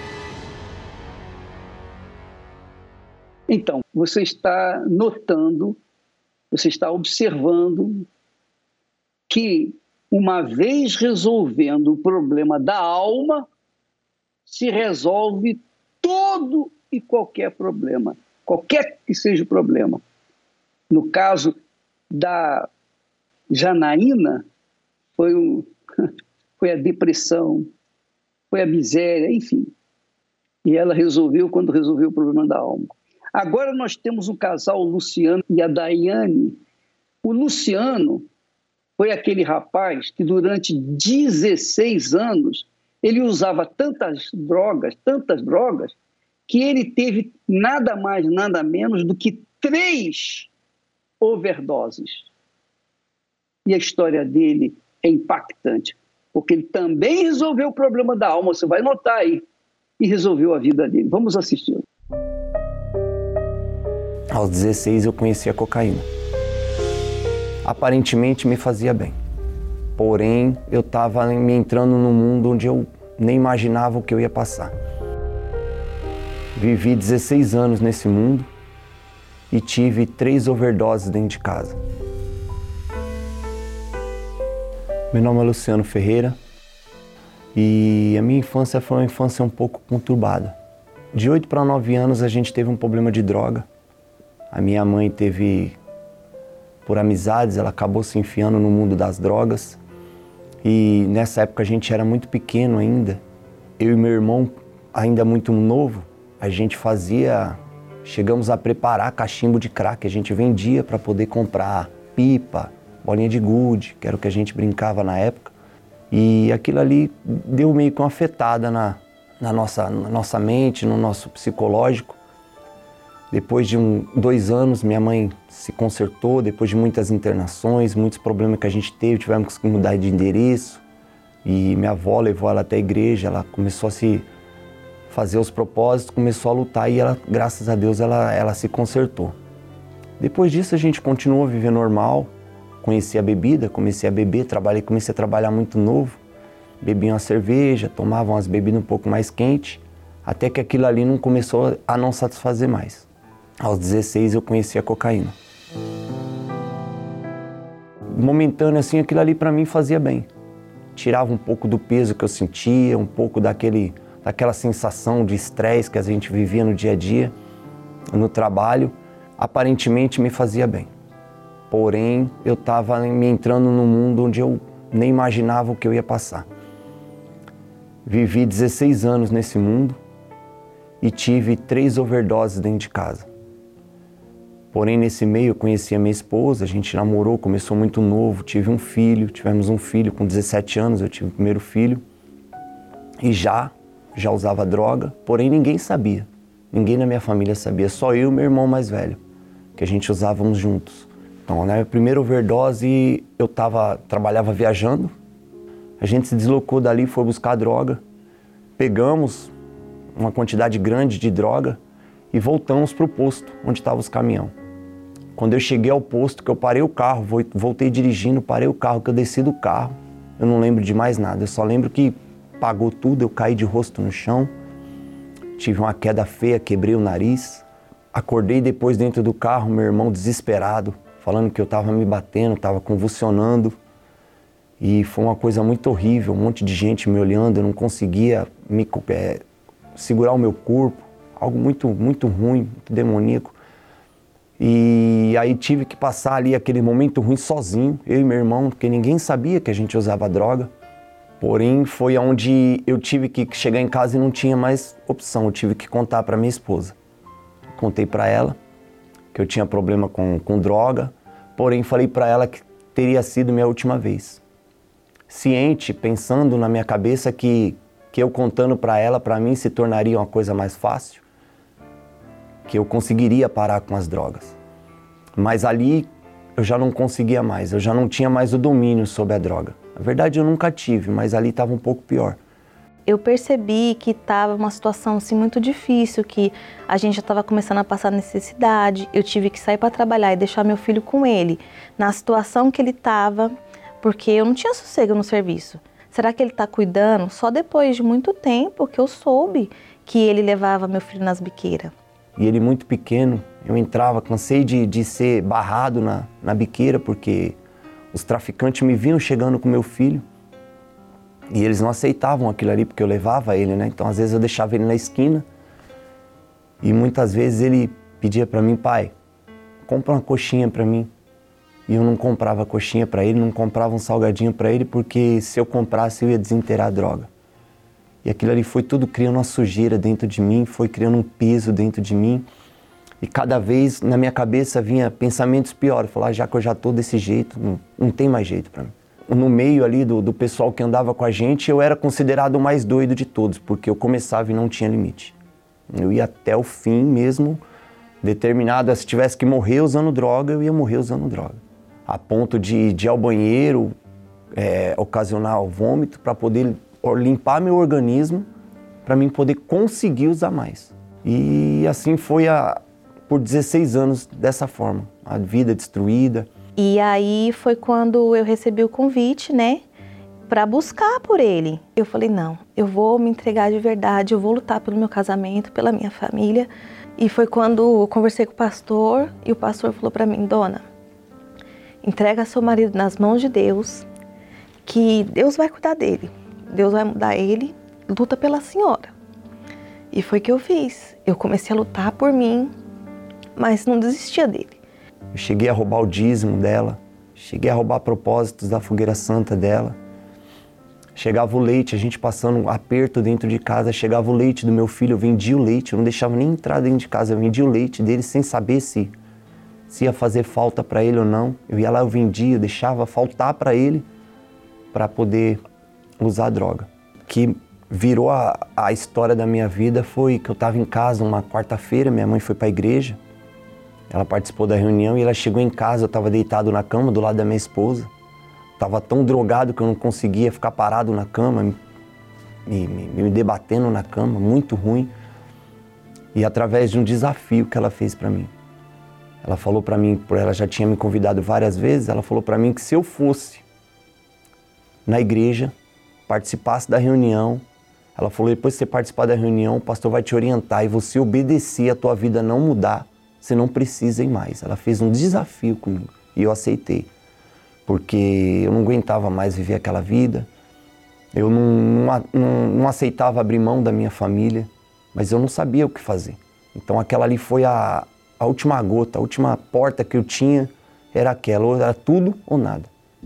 Então, você está notando, você está observando que, uma vez resolvendo o problema da alma, se resolve todo e qualquer problema, qualquer que seja o problema. No caso da Janaína, foi a depressão, foi a miséria, enfim. E ela resolveu quando resolveu o problema da alma. Agora nós temos um casal, o Luciano e a Daiane. O Luciano foi aquele rapaz que durante 16 anos ele usava tantas drogas, que ele teve nada mais, nada menos do que 3 overdoses. E a história dele é impactante, porque ele também resolveu o problema da alma, você vai notar aí, e resolveu a vida dele. Vamos assistir. Aos 16 eu conheci a cocaína. Aparentemente me fazia bem. Porém, eu estava me entrando num mundo onde eu nem imaginava o que eu ia passar. Vivi 16 anos nesse mundo e tive 3 overdoses dentro de casa. Meu nome é Luciano Ferreira e a minha infância foi uma infância um pouco conturbada. De 8 para 9 anos a gente teve um problema de droga. A minha mãe teve, por amizades, ela acabou se enfiando no mundo das drogas. E nessa época a gente era muito pequeno ainda. Eu e meu irmão, ainda muito novo, a gente chegamos a preparar cachimbo de crack. A gente vendia para poder comprar pipa, bolinha de gude, que era o que a gente brincava na época. E aquilo ali deu meio que uma afetada na nossa mente, no nosso psicológico. Depois de 2 anos, minha mãe se consertou, depois de muitas internações, muitos problemas que a gente teve, tivemos que mudar de endereço. E minha avó levou ela até a igreja, ela começou a se fazer os propósitos, começou a lutar e ela, graças a Deus, ela se consertou. Depois disso, a gente continuou a viver normal, conheci a bebida, comecei a beber, comecei a trabalhar muito novo, bebia uma cerveja, tomava umas bebidas um pouco mais quentes, até que aquilo ali não começou a não satisfazer mais. Aos 16 eu conheci a cocaína. Momentâneo assim, aquilo ali para mim fazia bem. Tirava um pouco do peso que eu sentia, um pouco daquela sensação de estresse que a gente vivia no dia a dia, no trabalho. Aparentemente me fazia bem. Porém, eu estava me entrando num mundo onde eu nem imaginava o que eu ia passar. Vivi 16 anos nesse mundo e tive 3 overdoses dentro de casa. Porém, nesse meio eu conheci a minha esposa, a gente namorou, começou muito novo, tivemos um filho com 17 anos, eu tive o primeiro filho. E já usava droga, porém ninguém sabia. Ninguém na minha família sabia, só eu e meu irmão mais velho, que a gente usávamos juntos. Então, na minha primeira overdose, eu trabalhava viajando, a gente se deslocou dali, foi buscar droga, pegamos uma quantidade grande de droga e voltamos para o posto onde estavam os caminhões. Quando eu cheguei ao posto, que eu parei o carro, voltei dirigindo, parei o carro, que eu desci do carro, eu não lembro de mais nada, eu só lembro que apagou tudo, eu caí de rosto no chão, tive uma queda feia, quebrei o nariz, acordei depois dentro do carro, meu irmão desesperado, falando que eu estava me batendo, estava convulsionando, e foi uma coisa muito horrível, um monte de gente me olhando, eu não conseguia segurar o meu corpo, algo muito, muito ruim, muito demoníaco. E aí tive que passar ali aquele momento ruim sozinho, eu e meu irmão, porque ninguém sabia que a gente usava droga. Porém, foi onde eu tive que chegar em casa e não tinha mais opção. Eu tive que contar para minha esposa. Contei para ela que eu tinha problema com droga, porém falei para ela que teria sido minha última vez. Ciente, pensando na minha cabeça que eu contando para ela, para mim, se tornaria uma coisa mais fácil, que eu conseguiria parar com as drogas. Mas ali eu já não conseguia mais, eu já não tinha mais o domínio sobre a droga. Na verdade eu nunca tive, mas ali estava um pouco pior. Eu percebi que estava uma situação assim, muito difícil, que a gente já estava começando a passar necessidade, eu tive que sair para trabalhar e deixar meu filho com ele, na situação que ele estava, porque eu não tinha sossego no serviço. Será que ele está cuidando? Só depois de muito tempo que eu soube que ele levava meu filho nas biqueiras. E ele muito pequeno, eu entrava, cansei de ser barrado na biqueira, porque os traficantes me viam chegando com meu filho e eles não aceitavam aquilo ali, porque eu levava ele, né? Então, às vezes, eu deixava ele na esquina e muitas vezes ele pedia para mim, pai, compra uma coxinha para mim. E eu não comprava coxinha para ele, não comprava um salgadinho para ele, porque se eu comprasse eu ia desinteirar a droga. E aquilo ali foi tudo criando uma sujeira dentro de mim, foi criando um peso dentro de mim. E cada vez na minha cabeça vinha pensamentos piores. Falar, já que eu já estou desse jeito, não tem mais jeito para mim. No meio ali do pessoal que andava com a gente, eu era considerado o mais doido de todos, porque eu começava e não tinha limite. Eu ia até o fim mesmo, determinado, se tivesse que morrer usando droga, eu ia morrer usando droga. A ponto de ir ao banheiro, ocasionar o vômito, para poder limpar meu organismo, para mim poder conseguir usar mais. E assim foi por 16 anos dessa forma, a vida destruída. E aí foi quando eu recebi o convite, né, para buscar por ele. Eu falei, não, eu vou me entregar de verdade, eu vou lutar pelo meu casamento, pela minha família. E foi quando eu conversei com o pastor, e o pastor falou para mim, dona, entrega seu marido nas mãos de Deus, que Deus vai cuidar dele. Deus vai mudar ele, luta pela senhora. E foi o que eu fiz. Eu comecei a lutar por mim, mas não desistia dele. Eu cheguei a roubar o dízimo dela, cheguei a roubar propósitos da fogueira santa dela. Chegava o leite, a gente passando um aperto dentro de casa, chegava o leite do meu filho, eu vendia o leite, eu não deixava nem entrar dentro de casa, eu vendia o leite dele sem saber se ia fazer falta para ele ou não. Eu ia lá, eu vendia, eu deixava faltar para ele, para poder usar droga. Que virou a história da minha vida foi que eu estava em casa uma quarta-feira, minha mãe foi para a igreja, ela participou da reunião e ela chegou em casa, eu estava deitado na cama do lado da minha esposa, estava tão drogado que eu não conseguia ficar parado na cama, me debatendo na cama, muito ruim. E através de um desafio que ela fez para mim, ela falou para mim, ela já tinha me convidado várias vezes, ela falou para mim que se eu fosse na igreja, participasse da reunião, ela falou, depois que você participar da reunião, o pastor vai te orientar e você obedecer, a tua vida não mudar, você não precisa ir mais. Ela fez um desafio comigo e eu aceitei, porque eu não aguentava mais viver aquela vida, eu não aceitava abrir mão da minha família, mas eu não sabia o que fazer. Então aquela ali foi a última gota, a última porta que eu tinha era aquela, ou era tudo ou nada.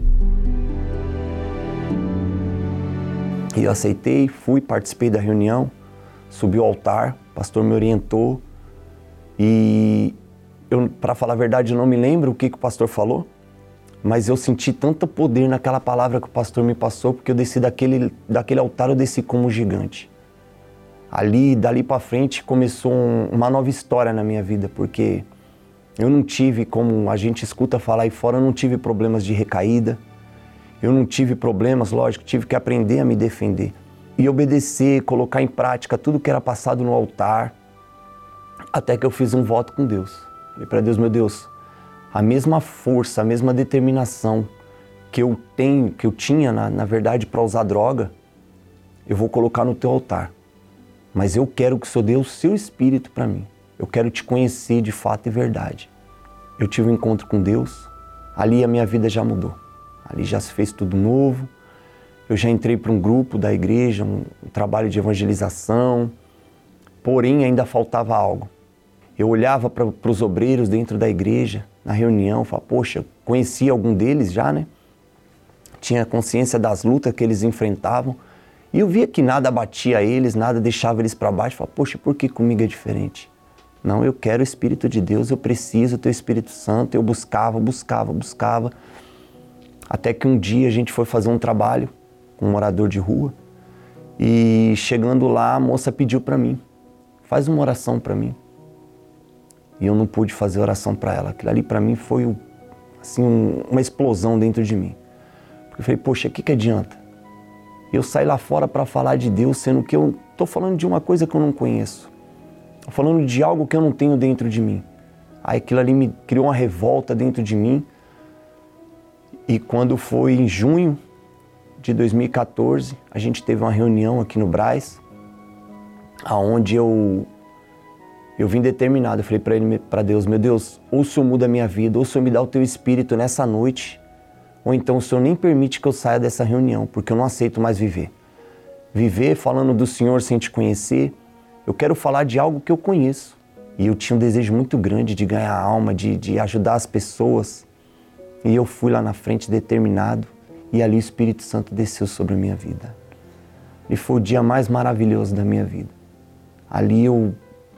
E eu aceitei, fui, participei da reunião, subi ao altar, o pastor me orientou e eu, para falar a verdade, eu não me lembro o que o pastor falou, mas eu senti tanto poder naquela palavra que o pastor me passou, porque eu desci daquele altar, eu desci como um gigante. Dali para frente começou uma nova história na minha vida, porque eu não tive, como a gente escuta falar aí fora, eu não tive problemas de recaída, eu não tive problemas, lógico, tive que aprender a me defender e obedecer, colocar em prática tudo que era passado no altar, até que eu fiz um voto com Deus. Falei para Deus, meu Deus, a mesma força, a mesma determinação que eu tinha, na verdade, para usar droga, eu vou colocar no teu altar. Mas eu quero que o Senhor dê o seu Espírito para mim. Eu quero te conhecer de fato e verdade. Eu tive um encontro com Deus, ali a minha vida já mudou. Ali já se fez tudo novo. Eu já entrei para um grupo da igreja, um trabalho de evangelização, porém ainda faltava algo. Eu olhava para os obreiros dentro da igreja, na reunião, falava, poxa, conhecia algum deles já, né? tinha consciência das lutas que eles enfrentavam. E eu via que nada batia eles, nada deixava eles para baixo. Eu falava, poxa, por que comigo é diferente? Não, eu quero o Espírito de Deus, eu preciso do Teu Espírito Santo. Eu buscava. Até que um dia a gente foi fazer um trabalho com um morador de rua. E chegando lá, a moça pediu para mim, faz uma oração para mim. E eu não pude fazer oração para ela. Aquilo ali para mim foi assim, uma explosão dentro de mim. Porque eu falei, poxa, o que adianta? Eu saí lá fora para falar de Deus, sendo que eu estou falando de uma coisa que eu não conheço. Estou falando de algo que eu não tenho dentro de mim. Aí aquilo ali me criou uma revolta dentro de mim. E quando foi em junho de 2014, a gente teve uma reunião aqui no Brás, aonde eu vim determinado. Eu falei para Deus, meu Deus, ou o Senhor muda a minha vida, ou o Senhor me dá o Teu Espírito nessa noite, ou então o Senhor nem permite que eu saia dessa reunião, porque eu não aceito mais viver. Viver falando do Senhor sem te conhecer, eu quero falar de algo que eu conheço. E eu tinha um desejo muito grande de ganhar alma, de ajudar as pessoas. E eu fui lá na frente determinado, e ali o Espírito Santo desceu sobre a minha vida. E foi o dia mais maravilhoso da minha vida. Ali eu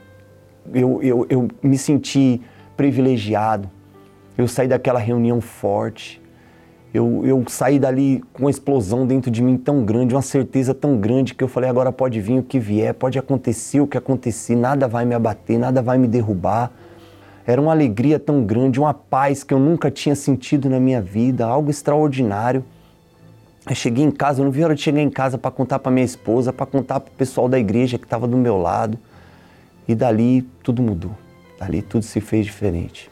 me senti privilegiado. Eu saí daquela reunião forte. Eu saí dali com uma explosão dentro de mim tão grande, uma certeza tão grande, que eu falei, agora pode vir o que vier, pode acontecer o que acontecer, nada vai me abater, nada vai me derrubar. Era uma alegria tão grande, uma paz que eu nunca tinha sentido na minha vida, algo extraordinário. Eu cheguei em casa, eu não vi a hora de chegar em casa para contar para minha esposa, para contar para o pessoal da igreja que estava do meu lado. E dali tudo mudou, dali tudo se fez diferente.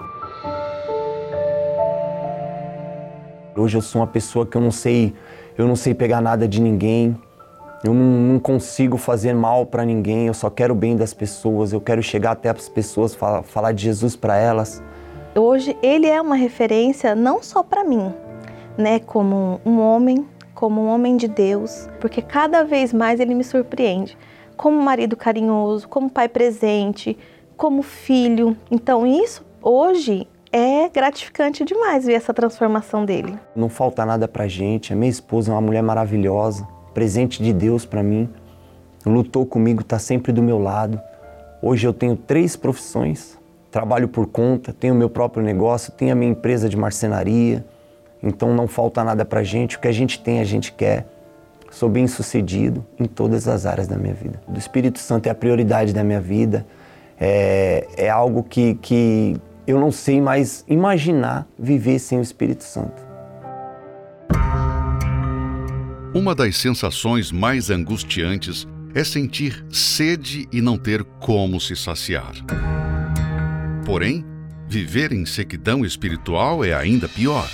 Hoje eu sou uma pessoa que eu não sei pegar nada de ninguém, eu não consigo fazer mal para ninguém, eu só quero o bem das pessoas, eu quero chegar até as pessoas, falar de Jesus para elas. Hoje ele é uma referência não só para mim, né, como um homem de Deus, porque cada vez mais ele me surpreende, como marido carinhoso, como pai presente, como filho. Então isso hoje é gratificante demais ver essa transformação dele. Não falta nada pra gente, a minha esposa é uma mulher maravilhosa, presente de Deus pra mim, lutou comigo, tá sempre do meu lado. Hoje eu tenho 3 profissões, trabalho por conta, tenho meu próprio negócio, tenho a minha empresa de marcenaria, então não falta nada pra gente, o que a gente tem, a gente quer. Sou bem sucedido em todas as áreas da minha vida. O Espírito Santo é a prioridade da minha vida, é algo que eu não sei mais imaginar viver sem o Espírito Santo. Uma das sensações mais angustiantes é sentir sede e não ter como se saciar. Porém, viver em sequidão espiritual é ainda pior.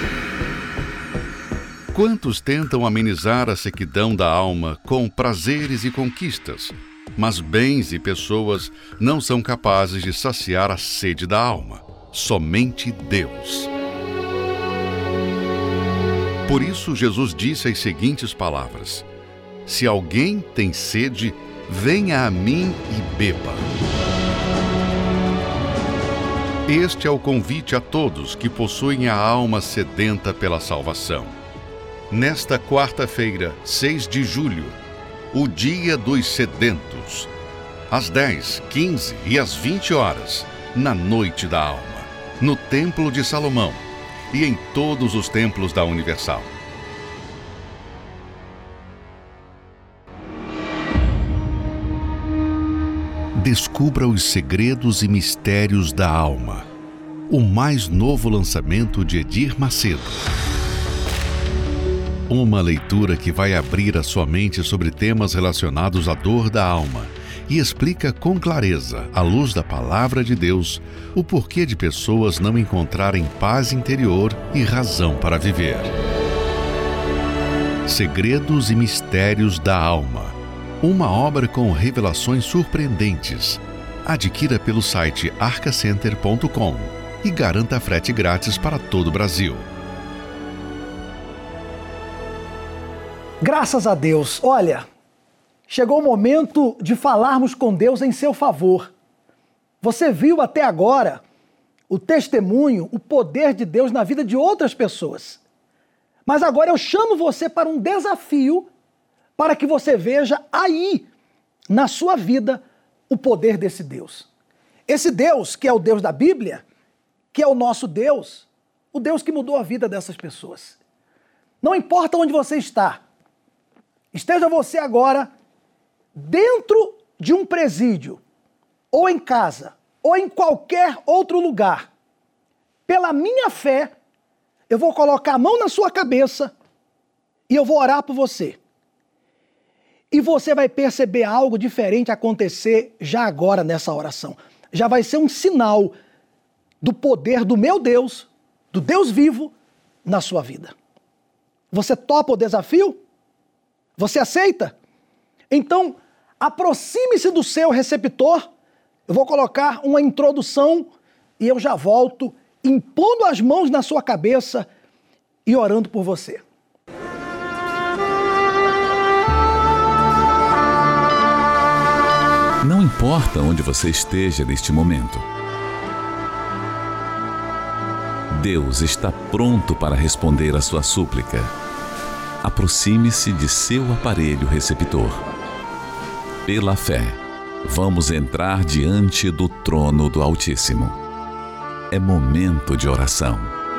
Quantos tentam amenizar a sequidão da alma com prazeres e conquistas, mas bens e pessoas não são capazes de saciar a sede da alma. Somente Deus. Por isso, Jesus disse as seguintes palavras: se alguém tem sede, venha a mim e beba. Este é o convite a todos que possuem a alma sedenta pela salvação. Nesta quarta-feira, 6 de julho, o Dia dos Sedentos, às 10, 15 e às 20 horas, na Noite da Alma, no Templo de Salomão e em todos os templos da Universal. Descubra os segredos e mistérios da alma. O mais novo lançamento de Edir Macedo. Uma leitura que vai abrir a sua mente sobre temas relacionados à dor da alma e explica com clareza, à luz da Palavra de Deus, o porquê de pessoas não encontrarem paz interior e razão para viver. Segredos e Mistérios da Alma. Uma obra com revelações surpreendentes. Adquira pelo site arcacenter.com e garanta frete grátis para todo o Brasil. Graças a Deus. Olha, chegou o momento de falarmos com Deus em seu favor. Você viu até agora o testemunho, o poder de Deus na vida de outras pessoas. Mas agora eu chamo você para um desafio para que você veja aí, na sua vida, o poder desse Deus. Esse Deus, que é o Deus da Bíblia, que é o nosso Deus, o Deus que mudou a vida dessas pessoas. Não importa onde você está, esteja você agora dentro de um presídio, ou em casa, ou em qualquer outro lugar. Pela minha fé, eu vou colocar a mão na sua cabeça e eu vou orar por você. E você vai perceber algo diferente acontecer já agora nessa oração. Já vai ser um sinal do poder do meu Deus, do Deus vivo, na sua vida. Você topa o desafio? Você aceita? Então, aproxime-se do seu receptor. Eu vou colocar uma introdução e eu já volto impondo as mãos na sua cabeça e orando por você. Não importa onde você esteja neste momento, Deus está pronto para responder a sua súplica. Aproxime-se de seu aparelho receptor. Pela fé, vamos entrar diante do trono do Altíssimo. É momento de oração.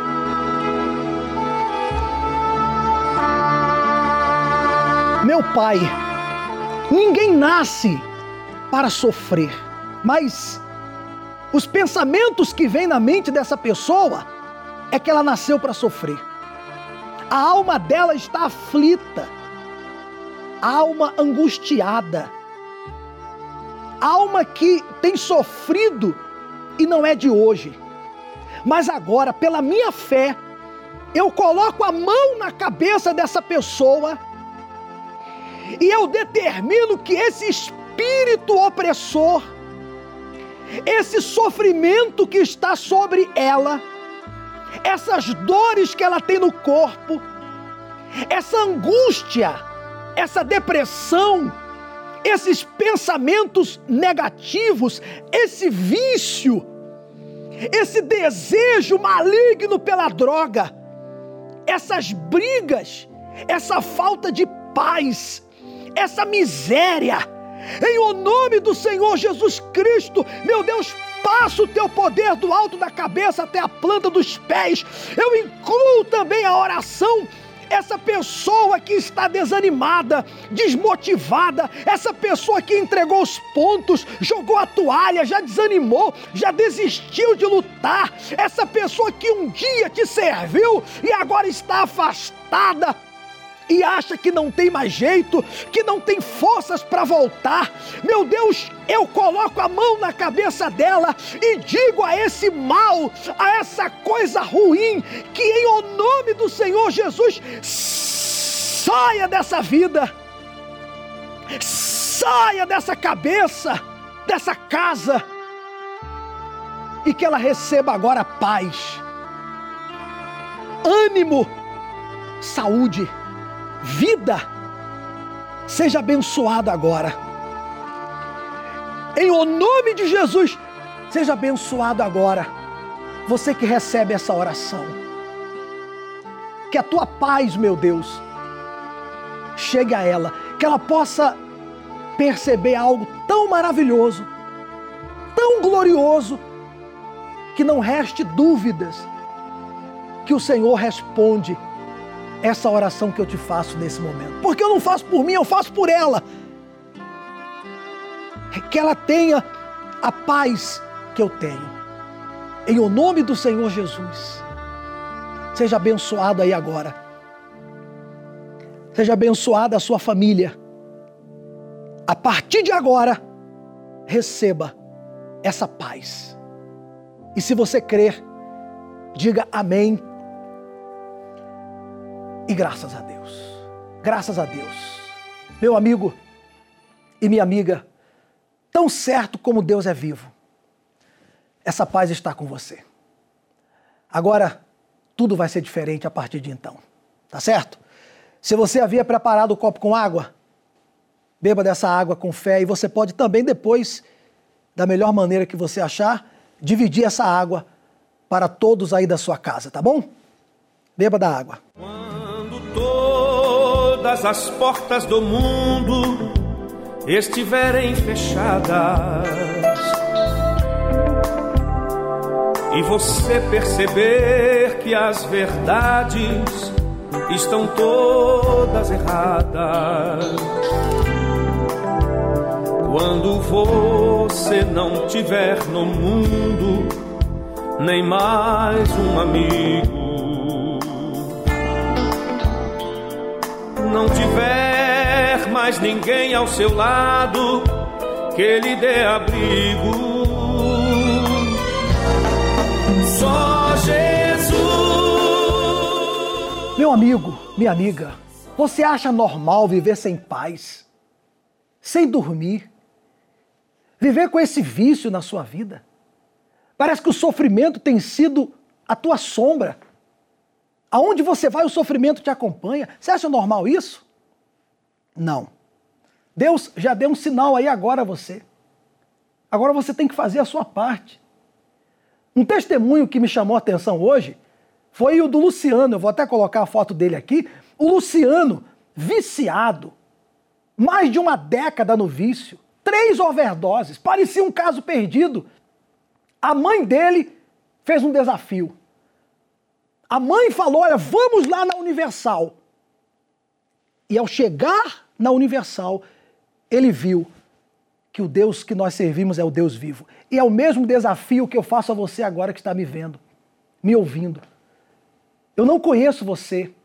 Meu Pai, ninguém nasce para sofrer, mas os pensamentos que vêm na mente dessa pessoa é que ela nasceu para sofrer. A alma dela está aflita, a alma angustiada, a alma que tem sofrido e não é de hoje. Mas agora, pela minha fé, eu coloco a mão na cabeça dessa pessoa e eu determino que esse espírito opressor, esse sofrimento que está sobre ela, essas dores que ela tem no corpo, essa angústia, essa depressão, esses pensamentos negativos, esse vício, esse desejo maligno pela droga, essas brigas, essa falta de paz, essa miséria, em o nome do Senhor Jesus Cristo, meu Deus, passa o teu poder do alto da cabeça até a planta dos pés. Eu incluo também a oração, essa pessoa que está desanimada, desmotivada, essa pessoa que entregou os pontos, jogou a toalha, já desanimou, já desistiu de lutar, essa pessoa que um dia te serviu e agora está afastada e acha que não tem mais jeito, que não tem forças para voltar. Meu Deus, eu coloco a mão na cabeça dela e digo a esse mal, a essa coisa ruim, que em o nome do Senhor Jesus, saia dessa vida, saia dessa cabeça, dessa casa, e que ela receba agora paz, ânimo, saúde, vida. Seja abençoado agora. Em o nome de Jesus, seja abençoado agora. Você que recebe essa oração. Que a tua paz, meu Deus, chegue a ela. Que ela possa perceber algo tão maravilhoso, tão glorioso, que não reste dúvidas que o Senhor responde essa oração que eu te faço nesse momento. Porque eu não faço por mim, eu faço por ela. Que ela tenha a paz que eu tenho. Em o nome do Senhor Jesus. Seja abençoado aí agora. Seja abençoada a sua família. A partir de agora, receba essa paz. E se você crer, diga amém. E graças a Deus, graças a Deus. Meu amigo e minha amiga, tão certo como Deus é vivo, essa paz está com você. Agora, tudo vai ser diferente a partir de então, tá certo? Se você havia preparado o copo com água, beba dessa água com fé e você pode também depois, da melhor maneira que você achar, dividir essa água para todos aí da sua casa, tá bom? Beba da água. todas as portas do mundo estiverem fechadas e você perceber que as verdades estão todas erradas, quando você não tiver no mundo nem mais um amigo, não tiver mais ninguém ao seu lado que lhe dê abrigo, só Jesus. Meu amigo, minha amiga, você acha normal viver sem paz, sem dormir, viver com esse vício na sua vida? Parece que o sofrimento tem sido a tua sombra. Aonde você vai, o sofrimento te acompanha. Você acha normal isso? Não. Deus já deu um sinal aí agora a você. Agora você tem que fazer a sua parte. Um testemunho que me chamou a atenção hoje foi o do Luciano. Eu vou até colocar a foto dele aqui. O Luciano, viciado, mais de uma década no vício, 3 overdoses, parecia um caso perdido. A mãe dele fez um desafio. A mãe falou, olha, vamos lá na Universal. E ao chegar na Universal, ele viu que o Deus que nós servimos é o Deus vivo. E é o mesmo desafio que eu faço a você agora que está me vendo, me ouvindo. Eu não conheço você.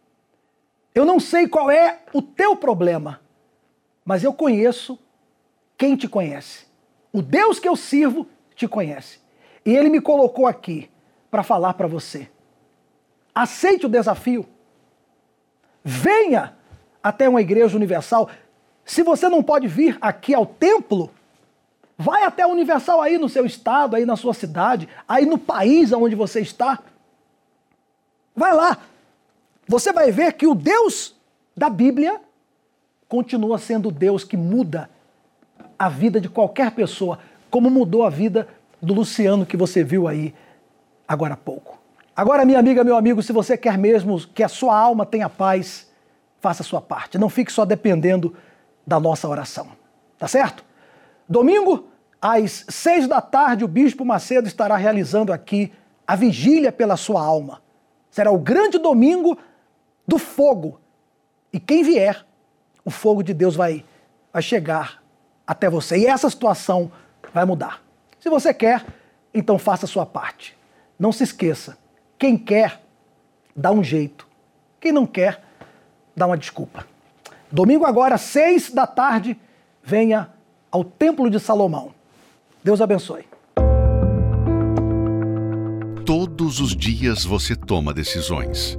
Eu não sei qual é o teu problema, mas eu conheço quem te conhece. O Deus que eu sirvo te conhece. E Ele me colocou aqui para falar para você. Aceite o desafio. Venha até uma igreja universal. Se você não pode vir aqui ao templo, vai até a Universal aí no seu estado, aí na sua cidade, aí no país onde você está. Vai lá. Você vai ver que o Deus da Bíblia continua sendo o Deus que muda a vida de qualquer pessoa, como mudou a vida do Luciano que você viu aí agora há pouco. Agora, minha amiga, meu amigo, se você quer mesmo que a sua alma tenha paz, faça a sua parte. Não fique só dependendo da nossa oração. Tá certo? Domingo, às 6 da tarde, o Bispo Macedo estará realizando aqui a vigília pela sua alma. Será o grande domingo do fogo. E quem vier, o fogo de Deus vai chegar até você. E essa situação vai mudar. Se você quer, então faça a sua parte. Não se esqueça, quem quer, dá um jeito. Quem não quer, dá uma desculpa. Domingo agora, 6 da tarde, venha ao Templo de Salomão. Deus abençoe. Todos os dias você toma decisões.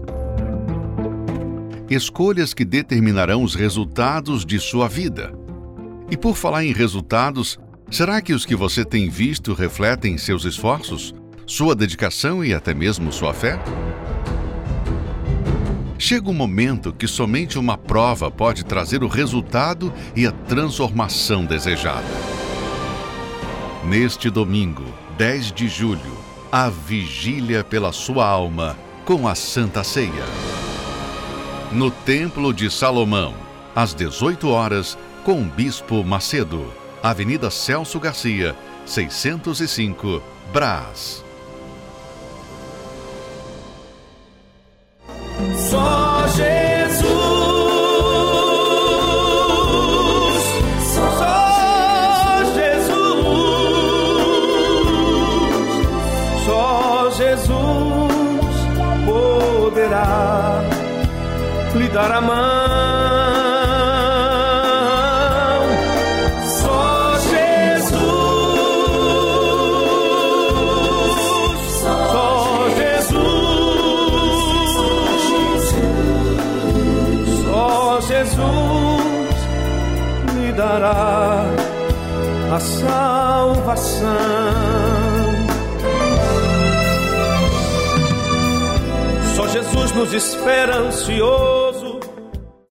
Escolhas que determinarão os resultados de sua vida. E por falar em resultados, será que os que você tem visto refletem seus esforços, sua dedicação e até mesmo sua fé? Chega um momento que somente uma prova pode trazer o resultado e a transformação desejada. Neste domingo, 10 de julho, a vigília pela sua alma com a Santa Ceia. No Templo de Salomão, às 18 horas, com o Bispo Macedo, Avenida Celso Garcia, 605, Brás. Só Jesus, só Jesus, só Jesus poderá lhe dar a mão. Só Jesus, só Jesus, só Jesus lhe dará a salvação. Só Jesus nos espera ansioso